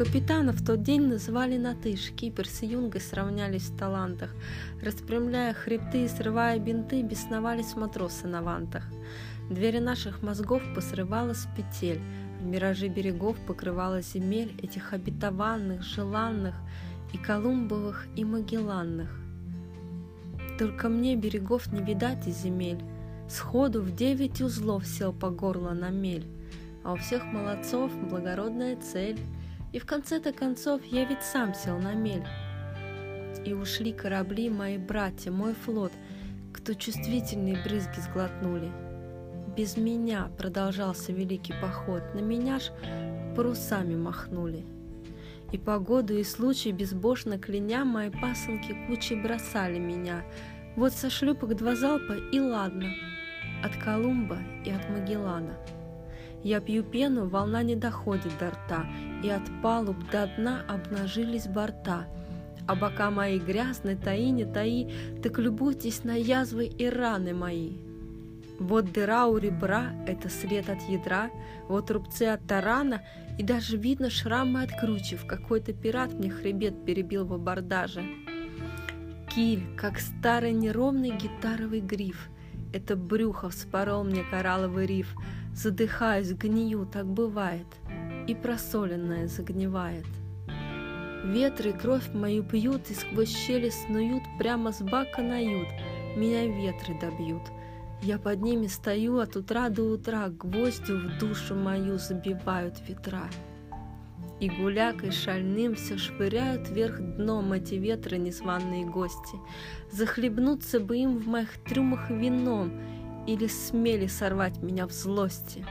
Капитана в тот день называли на «ты», шкипер с юнгой сравнялись в талантах. Распрямляя хребты и срывая бинты, бесновались матросы на вантах. Двери наших мозгов посрывала с петель, в миражи берегов покрывала земель этих обетованных, желанных, и Колумбовых, и Магелланных. Только мне берегов не видать и земель, сходу в 9 узлов сел по горло на мель, а у всех молодцов благородная цель. И в конце-то концов я ведь сам сел на мель. И ушли корабли, мои братья, мой флот, кто чувствительные брызги сглотнули. Без меня продолжался великий поход, на меня ж парусами махнули. И погоду и случай безбожно кляня, мои пасынки кучей бросали меня. Вот со шлюпок 2 залпа и ладно, от Колумба и от Магеллана. Я пью пену, волна не доходит до рта, и от палуб до дна обнажились борта. А бока мои грязны, таи не таи, так любуйтесь на язвы и раны мои. Вот дыра у ребра — это след от ядра, вот рубцы от тарана, и даже видно шрамы от крючев, какой-то пират мне хребет перебил в абордаже. Киль, как старый неровный гитаровый гриф, это брюхо вспорол мне коралловый риф. Задыхаюсь, гнию, так бывает, и просоленное загнивает. Ветры кровь мою пьют и сквозь щели снуют, прямо с бака на ют, меня ветры добьют. Я под ними стою от утра до утра, гвоздью в душу мою забивают ветра. И гулякой шальным все швыряют вверх дном эти ветры незваные гости. Захлебнуться бы им в моих трюмах вином, или смели сорвать меня в злости.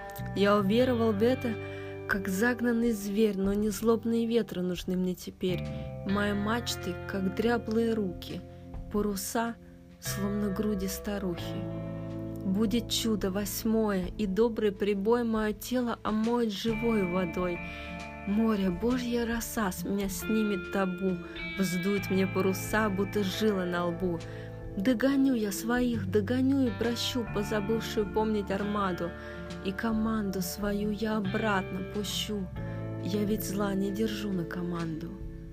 Я уверовал в это, как загнанный зверь, но не злобные ветры нужны мне теперь. Мои мачты, как дряблые руки, паруса, словно груди старухи. Будет чудо 8, и добрый прибой мое тело омоет живой водой. Море, божья роса с меня снимет табу, вздует мне паруса, будто жила на лбу. Догоню я своих, догоню и прощу позабывшую помнить армаду, и команду свою я обратно пущу, я ведь зла не держу на команду.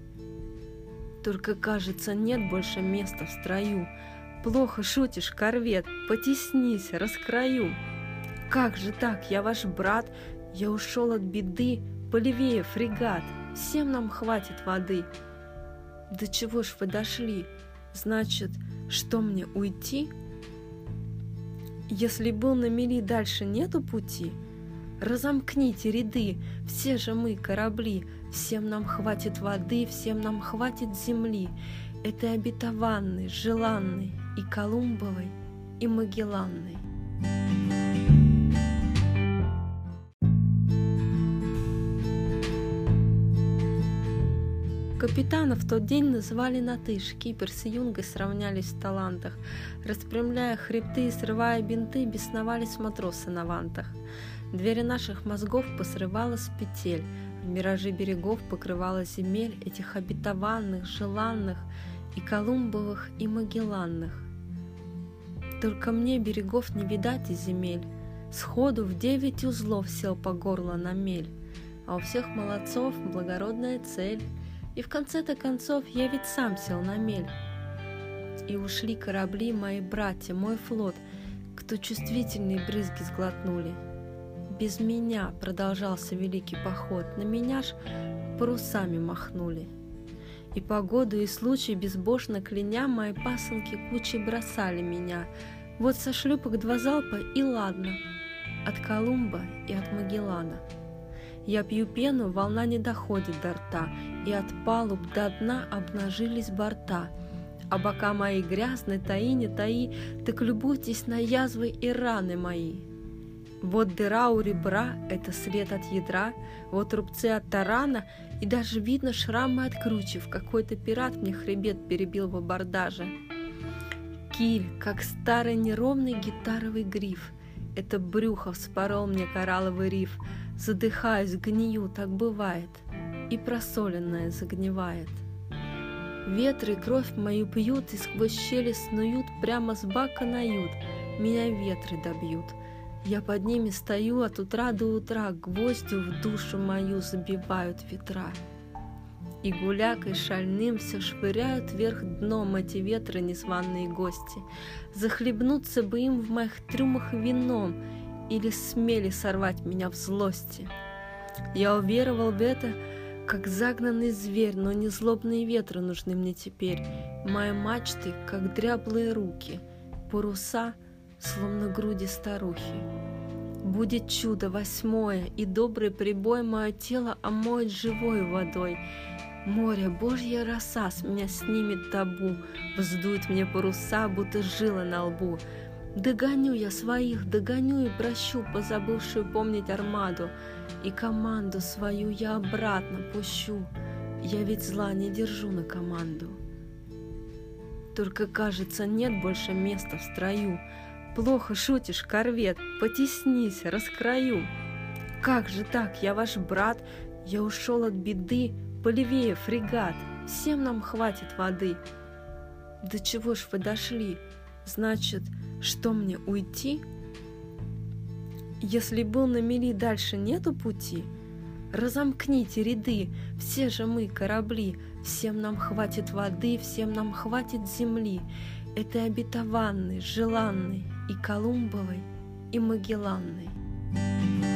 Только, кажется, нет больше места в строю. Плохо шутишь, корвет, потеснись, раскрою. Как же так, я ваш брат, я ушел от беды, полевее фрегат, всем нам хватит воды. До чего ж вы дошли? Значит, что мне уйти? Если был на мели, дальше нету пути? Разомкните ряды, все же мы корабли, всем нам хватит воды, всем нам хватит земли, этой обетованной, желанной, и Колумбовой, и Магелланной. Капитана в тот день называли на «ты», шкипер с юнгой сравнялись в талантах. Распрямляя хребты и срывая бинты, бесновались матросы на вантах. Двери наших мозгов посрывала с петель, в миражи берегов покрывала земель этих обетованных, желанных, и Колумбовых, и Магелланных. Только мне берегов не видать и земель, сходу в 9 узлов сел по горло на мель, а у всех молодцов благородная цель. И в конце-то концов я ведь сам сел на мель. И ушли корабли, мои братья, мой флот, кто чувствительные брызги сглотнули. Без меня продолжался великий поход, на меня ж парусами махнули. И погоду и случай безбожно кляня, мои пасынки кучей бросали меня. Вот со шлюпок 2 залпа и ладно, от Колумба и от Магеллана. Я пью пену, волна не доходит до рта, и от палуб до дна обнажились борта. А бока мои грязны, таи не таи, так любуйтесь на язвы и раны мои. Вот дыра у ребра — это след от ядра, вот рубцы от тарана, и даже видно шрамы от крючев, какой-то пират мне хребет перебил в абордаже. Киль, как старый неровный гитаровый гриф, это брюхо вспорол мне коралловый риф. Задыхаюсь, гнию, так бывает, и просоленное загнивает. Ветры кровь мою пьют и сквозь щели снуют, прямо с бака на ют, меня ветры добьют. Я под ними стою от утра до утра, гвоздью в душу мою забивают ветра. И гулякой шальным все швыряют вверх дном эти ветры незваные гости. Захлебнуться бы им в моих трюмах вином или смели сорвать меня в злости. Я уверовал в это, как загнанный зверь, но не злобные ветры нужны мне теперь. Мои мачты, как дряблые руки, паруса, словно груди старухи. Будет чудо 8, и добрый прибой мое тело омоет живой водой. Море, Божья роса с меня снимет табу, вздует мне паруса, будто жила на лбу. Догоню я своих, догоню и прощу позабывшую помнить армаду, и команду свою я обратно пущу, я ведь зла не держу на команду. Только, кажется, нет больше места в строю. Плохо шутишь, корвет, потеснись, раскрою. Как же так, я ваш брат, я ушел от беды, полевее фрегат, всем нам хватит воды. До чего ж вы дошли? Значит, что мне, уйти? Если был на мели, дальше нету пути? Разомкните ряды, все же мы корабли, всем нам хватит воды, всем нам хватит земли, этой обетованной, желанной, и Колумбовой, и Магелланной.